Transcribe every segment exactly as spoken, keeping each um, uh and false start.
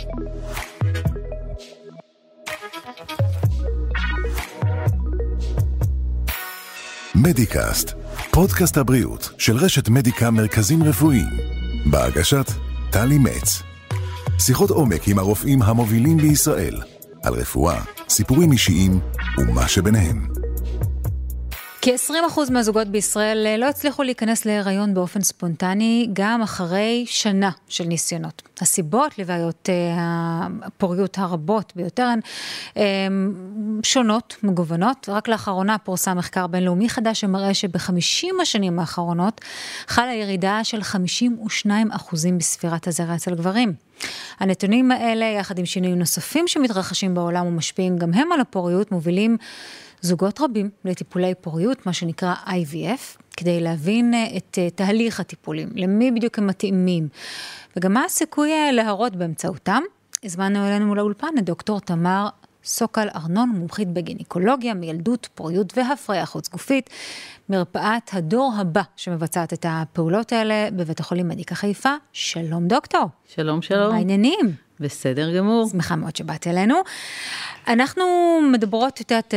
מדיקאסט, פודקאסט הבריאות של רשת מדיקה מרכזים רפואיים, בהגשת טלי מצ. שיחות עומק עם הרופאים המובילים בישראל, על רפואה, סיפורים אישיים ומה שביניהם. כ-עשרים אחוז מהזוגות בישראל לא הצליחו להיכנס להיריון באופן ספונטני, גם אחרי שנה של ניסיונות. הסיבות לבעיות הפוריות הרבות ביותר הן שונות, מגוונות. רק לאחרונה פורסם מחקר בינלאומי חדש שמראה שבחמישים השנים האחרונות חלה ירידה של חמישים ושניים אחוזים בספירת הזרע אצל גברים. הנתונים האלה, יחד עם שינויים נוספים שמתרחשים בעולם ומשפיעים גם הם על הפוריות, מובילים זוגות רבים לטיפולי פוריות, מה שנקרא איי וי אף, כדי להבין את תהליך הטיפולים, למי בדיוק הם מתאימים, וגם מה הסיכוי להרות באמצעותם. הזמנו אלינו לאולפן את דוקטור תמר סוקל ארנון, מומחית בגינקולוגיה, מילדות, פוריות והפריה חוץ גופית, מרפאת הדור הבא שמבצעת את הפעולות האלה בבית החולים מדיקה חיפה. שלום דוקטור. שלום שלום. מה העניינים? בסדר גמור. שמחה מאוד שבאת אלינו. אנחנו מדברות יודעת,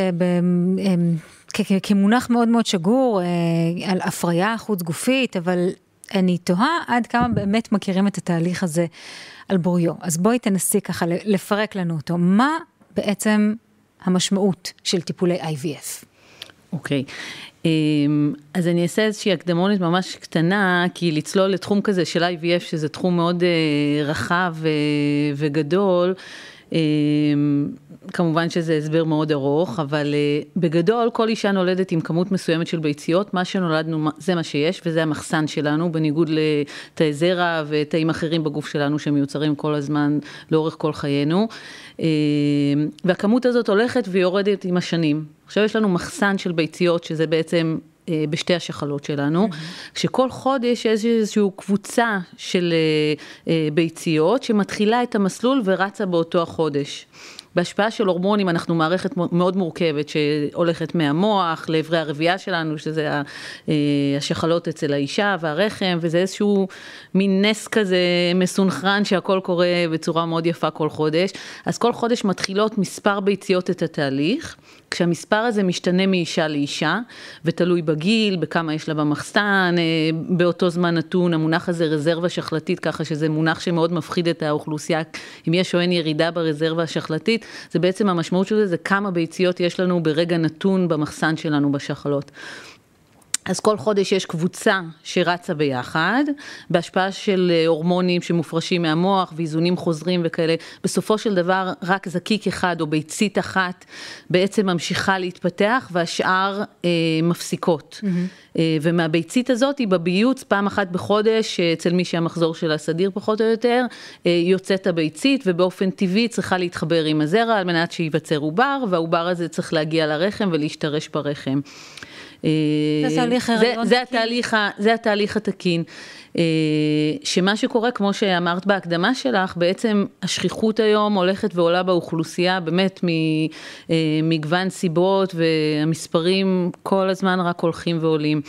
כמונח מאוד מאוד שגור על הפריה חוץ גופית, אבל אני תוהה עד כמה באמת מכירים את התהליך הזה על בוריו. אז בואי תנסי ככה לפרק לנו אותו. מה בעצם המשמעות של טיפולי איי וי אף? אוקיי. אז אני אעשה איזושהי הקדמונת ממש קטנה, כי לצלול לתחום כזה של איי וי אף, שזה תחום מאוד רחב וגדול, כמובן שזה הסבר מאוד ארוך, אבל בגדול כל אישה נולדת עם כמות מסוימת של ביציות, מה שנולדנו זה מה שיש, וזה המחסן שלנו, בניגוד לתאי זרע ותאים אחרים בגוף שלנו שמיוצרים כל הזמן לאורך כל חיינו, והכמות הזאת הולכת ויורדת עם השנים. עכשיו יש לנו מחסן של ביציות, שזה בעצם בשתי השחלות שלנו, כשכל חודש יש איזושהי קבוצה של ביציות שמתחילה את המסלול ורצה באותו החודש. בהשפעה של הורמונים אנחנו מערכת מאוד מורכבת שהולכת מהמוח לעברי הרבייה שלנו, שזה השחלות אצל האישה והרחם, וזה איזשהו מין נס כזה מסונכרן שהכל קורה בצורה מאוד יפה כל חודש. אז כל חודש מתחילות מספר ביציות את התהליך, כשהמספר הזה משתנה מאישה לאישה, ותלוי בגיל, בכמה יש לה במחסן, באותו זמן נתון, המונח הזה רזרבה שחלתית, ככה שזה מונח שמאוד מפחיד את האוכלוסייה, אם יש או אין ירידה ברזרבה השחלתית, זה בעצם המשמעות של זה, זה כמה ביציות יש לנו ברגע נתון במחסן שלנו בשחלות. אז כל חודש יש קבוצה שרצה ביחד, בהשפעה של הורמונים שמופרשים מהמוח ואיזונים חוזרים וכאלה, בסופו של דבר רק זקיק אחד או ביצית אחת בעצם ממשיכה להתפתח והשאר אה, מפסיקות. Mm-hmm. אה, ומהביצית הזאת היא בביוץ פעם אחת בחודש, אצל מי שהמחזור שלה סדיר פחות או יותר, אה, יוצאת הביצית ובאופן טבעי צריכה להתחבר עם הזרע על מנת שיווצר עובר, והעובר הזה צריך להגיע לרחם ולהשתרש ברחם. זה התהליך, זה התהליך התקין, שמה שקורה, כמו שאמרת בהקדמה שלך, בעצם השכיחות היום הולכת ועולה באוכלוסייה, באמת ממגוון סיבות, והמספרים כל הזמן רק הולכים ועולים.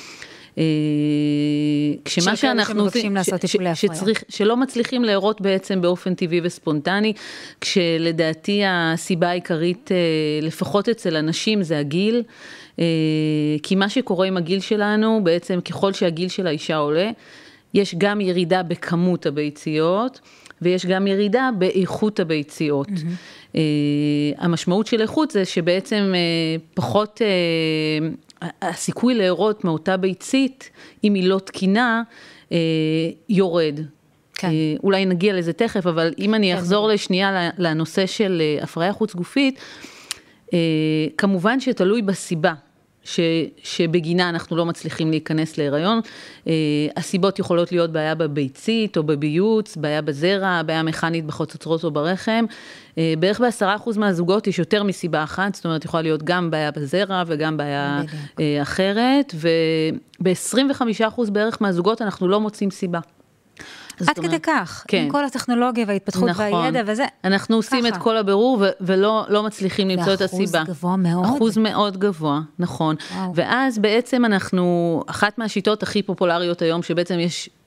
כשמה שאנחנו שלא מצליחים להירות בעצם באופן טבעי וספונטני, כשלדעתי הסיבה העיקרית לפחות אצל אנשים זה הגיל, כי מה שקורה עם הגיל שלנו בעצם ככל שהגיל של האישה עולה, יש גם ירידה בכמות הביציות ויש גם ירידה באיכות הביציות. Mm-hmm. המשמעות של איכות זה שבעצם פחות הסיכוי להירות מאותה ביצית, אם היא לא תקינה, יורד. כן. אולי נגיע לזה תכף, אבל אם אני אחזור כן. לשנייה לנושא של הפריה חוץ גופית, כמובן שתלוי בסיבה. ש, שבגינה אנחנו לא מצליחים להיכנס להיריון. הסיבות יכולות להיות בעיה בביצית או בביוץ, בעיה בזרע, בעיה מכנית בחוצצרות או ברחם. בערך בעשרה אחוז מהזוגות יש יותר מסיבה אחת, זאת אומרת יכולה להיות גם בעיה בזרע וגם בעיה אחרת, וב-עשרים וחמישה אחוז בערך מהזוגות אנחנו לא מוצאים סיבה. עד כדי כך, עם כל הטכנולוגיה וההתפתחות והידע וזה. אנחנו עושים את כל הבירור ולא מצליחים למצוא את הסיבה. ואחוז גבוה מאוד. אחוז מאוד גבוה, נכון. ואז בעצם אנחנו, אחת מהשיטות הכי פופולריות היום, שבעצם יש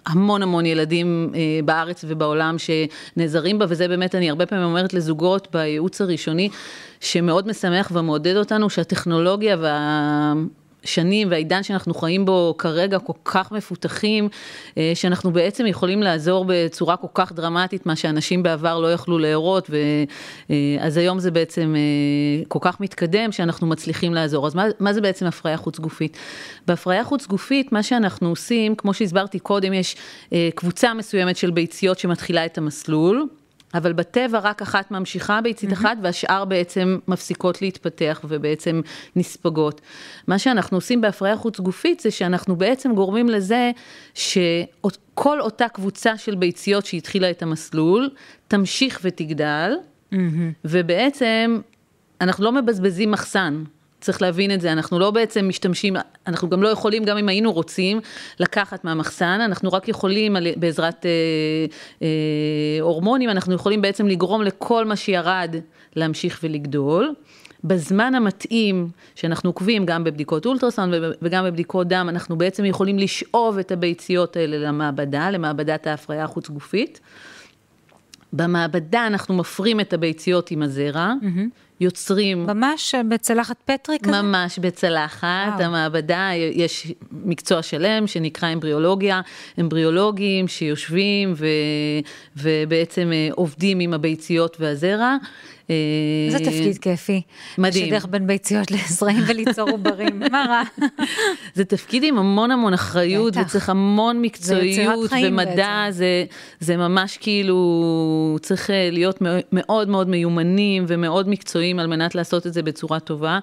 המון המון ילדים בארץ ובעולם שנעזרים בה, וזה באמת אני הרבה פעמים אומרת לזוגות בייעוץ הראשוני, שמאוד משמח ומעודד אותנו, שהטכנולוגיה וה... שנים והעידן שאנחנו חיים בו כרגע כל כך מפותחים, שאנחנו בעצם יכולים לעזור בצורה כל כך דרמטית, מה שאנשים בעבר לא יכלו להראות, אז היום זה בעצם כל כך מתקדם שאנחנו מצליחים לעזור. אז מה, מה זה בעצם הפריה חוץ גופית? בהפריה חוץ גופית, מה שאנחנו עושים, כמו שהסברתי קודם, יש קבוצה מסוימת של ביציות שמתחילה את המסלול, אבל בטבע רק אחת ממשיכה ביצית אחת, והשאר בעצם מפסיקות להתפתח ובעצם נספגות. מה שאנחנו עושים בהפריה חוץ גופית, זה שאנחנו בעצם גורמים לזה שכל אותה קבוצה של ביציות שהתחילה את המסלול, תמשיך ותגדל, ובעצם אנחנו לא מבזבזים מחסן. צריך להבין את זה, אנחנו לא בעצם משתמשים, אנחנו גם לא יכולים, גם אם היינו רוצים, לקחת מהמחסן, אנחנו רק יכולים, בעזרת אה, אה, הורמונים, אנחנו יכולים בעצם לגרום לכל מה שירד, להמשיך ולגדול. בזמן המתאים, שאנחנו עוקבים גם בבדיקות אולטרסאונד וגם בבדיקות דם, אנחנו בעצם יכולים לשאוב את הביציות האלה למעבדה, למעבדת ההפריה החוץ גופית. במעבדה אנחנו מפרים את הביציות עם הזרע, יוצרים... ממש בצלחת פטרי כזה? ממש בצלחת, וואו. המעבדה, יש מקצוע שלם שנקרא אמבריולוגיה, אמבריולוגים שיושבים ו, ובעצם עובדים עם הביציות והזרע. זה תפקיד כיפי. מדהים. לשדך בין ביציות לזרעים וליצור עוברים. מה רע? זה תפקיד עם המון המון אחריות, וצריך המון מקצועיות ומדע, זה, זה ממש כאילו, צריך להיות מאוד מאוד מיומנים ומאוד מקצועיים על מנת לעשות את זה בצורה טובה.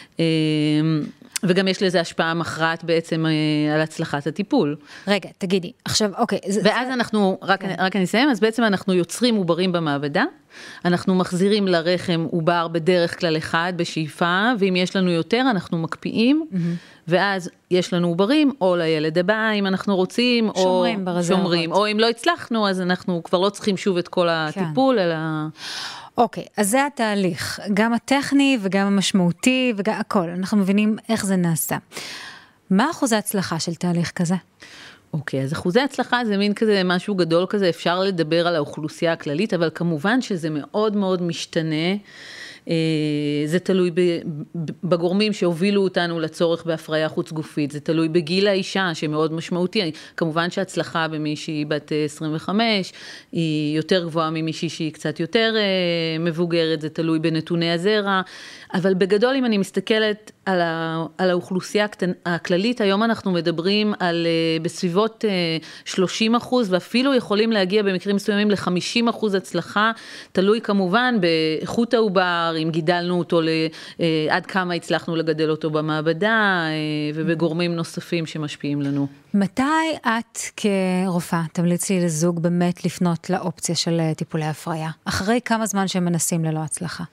וגם יש לזה השפעה מכרעת בעצם על הצלחת הטיפול. רגע, תגידי, עכשיו, אוקיי. ואז אנחנו, רק, רק אני אסיים, אז בעצם אנחנו יוצרים עוברים במעבדה, אנחנו מחזירים לרחם עובר בדרך כלל אחד, בשאיפה, ואם יש לנו יותר, אנחנו מקפיאים, ואז יש לנו עוברים, או לילד הבא, אם אנחנו רוצים, שומרים או ברזרבות. שומרים, או אם לא הצלחנו, אז אנחנו כבר לא צריכים שוב את כל הטיפול, אלא... אוקיי, אז זה התהליך, גם הטכני וגם המשמעותי וגם הכל, אנחנו מבינים איך זה נעשה. מה אחוז ההצלחה של תהליך כזה? אוקיי, אז אחוזי הצלחה זה מין כזה משהו גדול כזה, אפשר לדבר על האוכלוסייה הכללית, אבל כמובן שזה מאוד מאוד משתנה, זה תלוי בגורמים שהובילו אותנו לצורך בהפריה חוץ גופית, זה תלוי בגיל האישה שמאוד משמעותי, כמובן שההצלחה במישהי בת עשרים וחמש היא יותר גבוהה ממישהי שהיא קצת יותר מבוגרת, זה תלוי בנתוני הזרע, אבל בגדול אם אני מסתכלת על, ה, על האוכלוסייה הכללית, היום אנחנו מדברים על בסביבות שלושים אחוז, ואפילו יכולים להגיע במקרים מסוימים ל-חמישים אחוז הצלחה, תלוי כמובן באיכות העובר, אם גידלנו אותו עד כמה הצלחנו לגדל אותו במעבדה, ובגורמים נוספים שמשפיעים לנו. מתי את כרופאה תמליצי לזוג באמת לפנות לאופציה של טיפולי הפריה? אחרי כמה זמן שהם מנסים ללא הצלחה?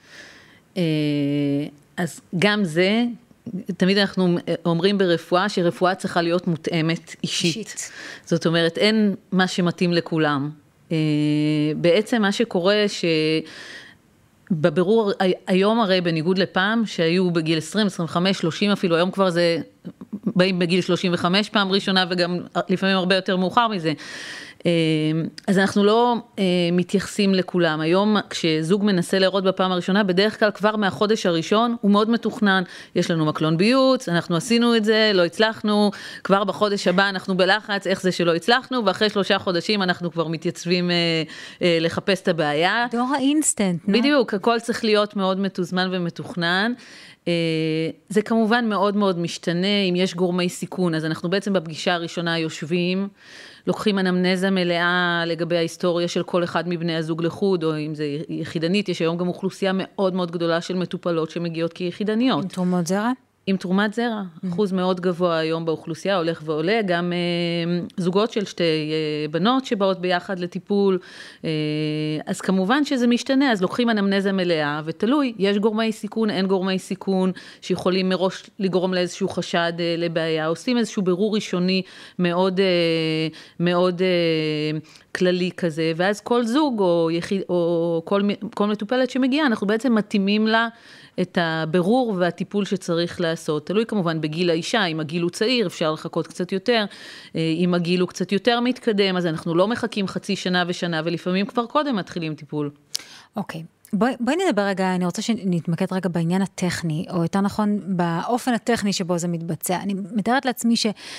אז גם זה, תמיד אנחנו אומרים ברפואה, שרפואה צריכה להיות מותאמת אישית. אישית. זאת אומרת, אין מה שמתאים לכולם. בעצם מה שקורה ש... בבירור, היום הרי בניגוד לפעם, שהיו בגיל עשרים, עשרים וחמש, שלושים אפילו, היום כבר זה, באים בגיל שלושים וחמש פעם ראשונה, וגם לפעמים הרבה יותר מאוחר מזה. אז אנחנו לא מתייחסים לכולם. היום כשזוג מנסה לראות בפעם הראשונה, בדרך כלל כבר מהחודש הראשון הוא מאוד מתוכנן. יש לנו מקלון ביוץ, אנחנו עשינו את זה, לא הצלחנו, כבר בחודש הבא אנחנו בלחץ, איך זה שלא הצלחנו, ואחרי שלושה חודשים אנחנו כבר מתייצבים לחפש את הבעיה. דור האינסטנט, נו? בדיוק, הכל צריך להיות מאוד מתוזמן ומתוכנן. זה כמובן מאוד מאוד משתנה, אם יש גורמי סיכון, אז אנחנו בעצם בפגישה הראשונה יושבים, לוקחים אנמנזה מלאה לגבי ההיסטוריה של כל אחד מבני הזוג לחוד, או אם זה יחידנית, יש היום גם אוכלוסייה מאוד מאוד גדולה של מטופלות שמגיעות כיחידניות. עם תרומות זרע? עם תרומת זרע, אחוז מאוד גבוה היום באוכלוסייה, הולך ועולה, גם אה, זוגות של שתי אה, בנות שבאות ביחד לטיפול, אה, אז כמובן שזה משתנה, אז לוקחים אנמנזה מלאה, ותלוי, יש גורמי סיכון, אין גורמי סיכון, שיכולים מראש לגרום לאיזשהו חשד אה, לבעיה, עושים איזשהו בירור ראשוני מאוד, אה, מאוד אה, כללי כזה, ואז כל זוג או, יחיד, או כל, כל מטופלת שמגיעה, אנחנו בעצם מתאימים לה, את הבירור והטיפול שצריך לעשות, תלוי כמובן בגיל האישה, אם הגיל הוא צעיר אפשר לחכות קצת יותר, אם הגיל הוא קצת יותר מתקדם, אז אנחנו לא מחכים חצי שנה ושנה, ולפעמים כבר קודם מתחילים טיפול. אוקיי. בואי, בואי נדבר רגע, אני רוצה שנתמקד רגע בעניין הטכני, או יותר נכון, באופן הטכני שבו זה מתבצע. אני מתארת לעצמי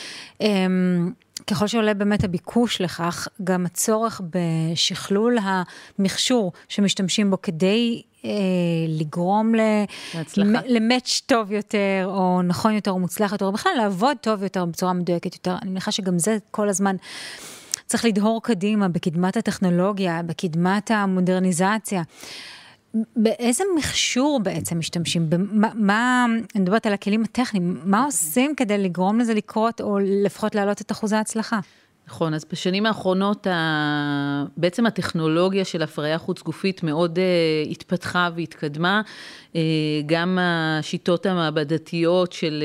שככל שעולה באמת הביקוש לכך, גם הצורך בשכלול המכשור שמשתמשים בו כדי אה, לגרום למאץ' טוב יותר, או נכון יותר, או מוצלח יותר, או בכלל לעבוד טוב יותר, בצורה מדויקת יותר. אני מניחה שגם זה כל הזמן צריך לדהור קדימה, בקדמת הטכנולוגיה, בקדמת המודרניזציה. באיזה מכשור בעצם משתמשים? במה, מה, אני מדברת על הכלים הטכניים, מה עושים כדי לגרום לזה לקרות, או לפחות להעלות את אחוז ההצלחה? נכון, אז בשנים האחרונות, בעצם הטכנולוגיה של הפריה חוץ גופית מאוד התפתחה והתקדמה, גם השיטות המעבדתיות של,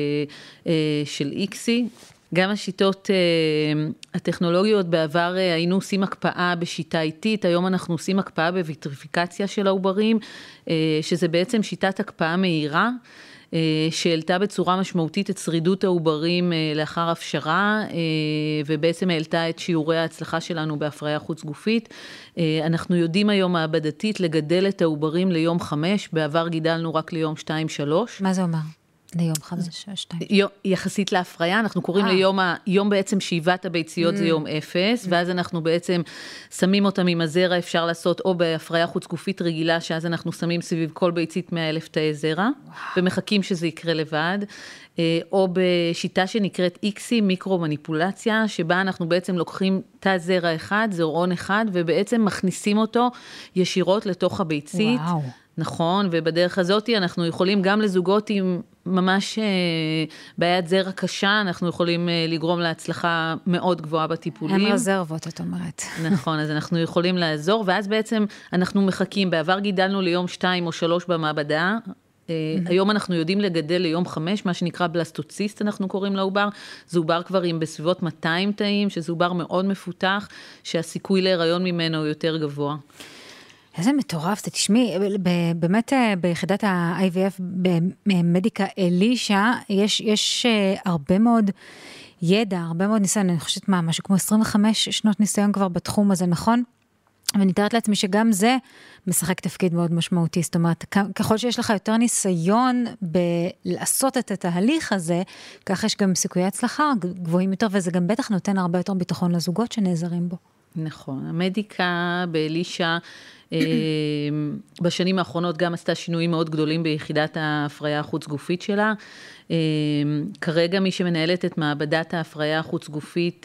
של איקסי, גם השיטות הטכנולוגיות בעבר היינו עושים הקפאה בשיטה איטית, היום אנחנו עושים הקפאה בוויטריפיקציה של העוברים, שזה בעצם שיטת הקפאה מהירה, שהעלתה בצורה משמעותית את שרידות העוברים לאחר הפשרה, ובעצם העלתה את שיעורי ההצלחה שלנו בהפריה חוץ גופית. אנחנו יודעים היום מעבדתית לגדל את העוברים ליום חמש, בעבר גידלנו רק ליום שתיים שלוש. מה זה אומר? ליום חמש, שתיים. יחסית להפריה, אנחנו קוראים ליום, יום בעצם שאיבת הביציות זה יום אפס, ואז אנחנו בעצם שמים אותם עם הזרע, אפשר לעשות או בהפריה חוץ גופית רגילה, שאז אנחנו שמים סביב כל ביצית מאה אלף תאי זרע, ומחכים שזה יקרה לבד, או בשיטה שנקראת איקסי, מיקרו-מניפולציה, שבה אנחנו בעצם לוקחים תא זרע אחד, זרעון אחד, ובעצם מכניסים אותו ישירות לתוך הביצית. וואו. נכון, ובדרך הזאת אנחנו יכולים גם לזוגות עם ממש בעיית זרע קשה, אנחנו יכולים לגרום להצלחה מאוד גבוהה בטיפולים. הם רזרבות, את אומרת. נכון, אז אנחנו יכולים לעזור, ואז בעצם אנחנו מחכים, בעבר גידלנו ליום שתיים או שלוש במעבדה, היום אנחנו יודעים לגדל ליום חמש, מה שנקרא בלסטוציסט, אנחנו קוראים לעובר, זה עובר כבר עם בסביבות מאתיים תאים, שזה עובר מאוד מפותח, שהסיכוי להיריון ממנו הוא יותר גבוה. איזה מטורף, זה תשמעי, באמת ביחידת ה-איי וי אף במדיקה אלישה, יש, יש הרבה מאוד ידע, הרבה מאוד ניסיון, אני חושבת מה, משהו כמו עשרים וחמש שנות ניסיון כבר בתחום הזה, נכון? ואני מתארת לעצמי שגם זה משחק תפקיד מאוד משמעותי, זאת אומרת, ככל שיש לך יותר ניסיון בלעשות את התהליך הזה, כך יש גם סיכויי הצלחה גבוהים יותר, וזה גם בטח נותן הרבה יותר ביטחון לזוגות שנעזרים בו. נכון, המדיקה באלישה, בשנים האחרונות גם עשתה שינויים מאוד גדולים ביחידת ההפריה החוץ גופית שלה. כרגע מי שמנהלת את מעבדת ההפריה החוץ גופית,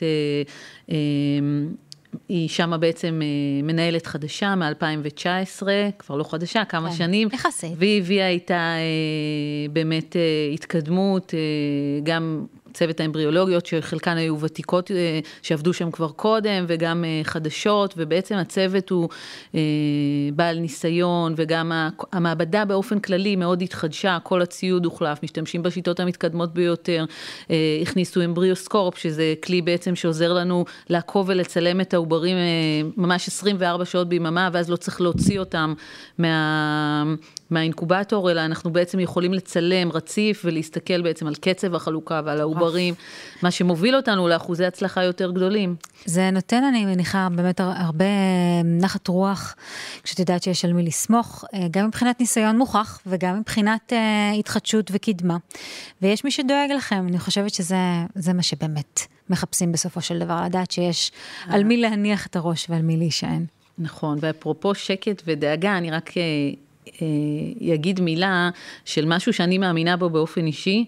היא שמה בעצם מנהלת חדשה מ-אלפיים תשע עשרה, כבר לא חדשה, כמה כן. שנים. יחסית. והיא הביאה איתה באמת התקדמות, גם צוות האמבריאולוגיות שחלקן היו ותיקות שעבדו שם כבר קודם וגם חדשות, ובעצם הצוות הוא בעל ניסיון, וגם המעבדה באופן כללי מאוד התחדשה, כל הציוד הוחלף, משתמשים בשיטות המתקדמות ביותר, הכניסו אמבריוסקופ, שזה כלי בעצם שעוזר לנו לעקוב ולצלם את העוברים ממש עשרים וארבע שעות ביממה, ואז לא צריך להוציא אותם מה... מהאינקובטור, אלא אנחנו בעצם יכולים לצלם רציף ולהסתכל בעצם על קצב החלוקה ועל העוברים, מה שמוביל אותנו לאחוזי הצלחה יותר גדולים. זה נותן, אני מניחה, באמת הרבה נחת רוח, כשאת יודעת שיש על מי לסמוך, גם מבחינת ניסיון מוכח, וגם מבחינת התחדשות וקדמה. ויש מי שדואג לכם, אני חושבת שזה זה מה שבאמת מחפשים בסופו של דבר, לדעת שיש על מי להניח את הראש ועל מי להישען. נכון, ואפרופו שקט ודאגה, אני רק יגיד מילה של משהו שאני מאמינה בו באופן אישי,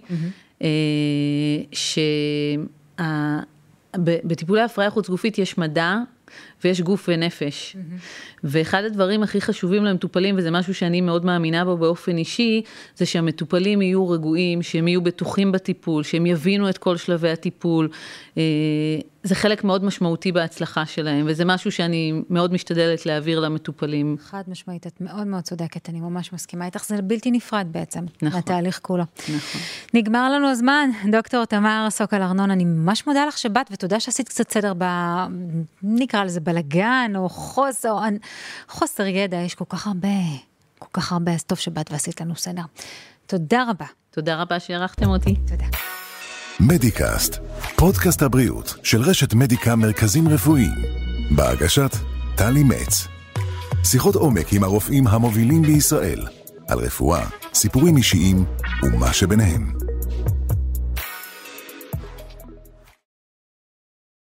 שבטיפולי הפריה חוץ גופית יש מדע ויש גוף ונפש. ואחד הדברים הכי חשובים למטופלים, וזה משהו שאני מאוד מאמינה בו באופן אישי, זה שהמטופלים יהיו רגועים, שהם יהיו בטוחים בטיפול, שהם יבינו את כל שלבי הטיפול. זה חלק מאוד משמעותי בהצלחה שלהם, וזה משהו שאני מאוד משתדלת להעביר למטופלים. חד משמעית, את מאוד מאוד צודקת, אני ממש מסכימה איתך, זה בלתי נפרד בעצם, נכון. התהליך כולו. נכון. נגמר לנו הזמן, דוקטור תמר סוקל ארנון, אני ממש מודה לך שבאת, ותודה שעשית קצת סדר ב... נקרא לזה בלגן, או חוסר, או... חוסר ידע, יש כל כך הרבה, כל כך הרבה, אז טוב שבאת ועשית לנו סדר. תודה רבה. תודה רבה שערכתם אותי. תודה. מדיקאסט, פודקאסט הבריאות של רשת מדיקה מרכזים רפואיים. בהגשת טלי מצ. שיחות עומק עם הרופאים המובילים בישראל. על רפואה, סיפורים אישיים ומה שביניהם.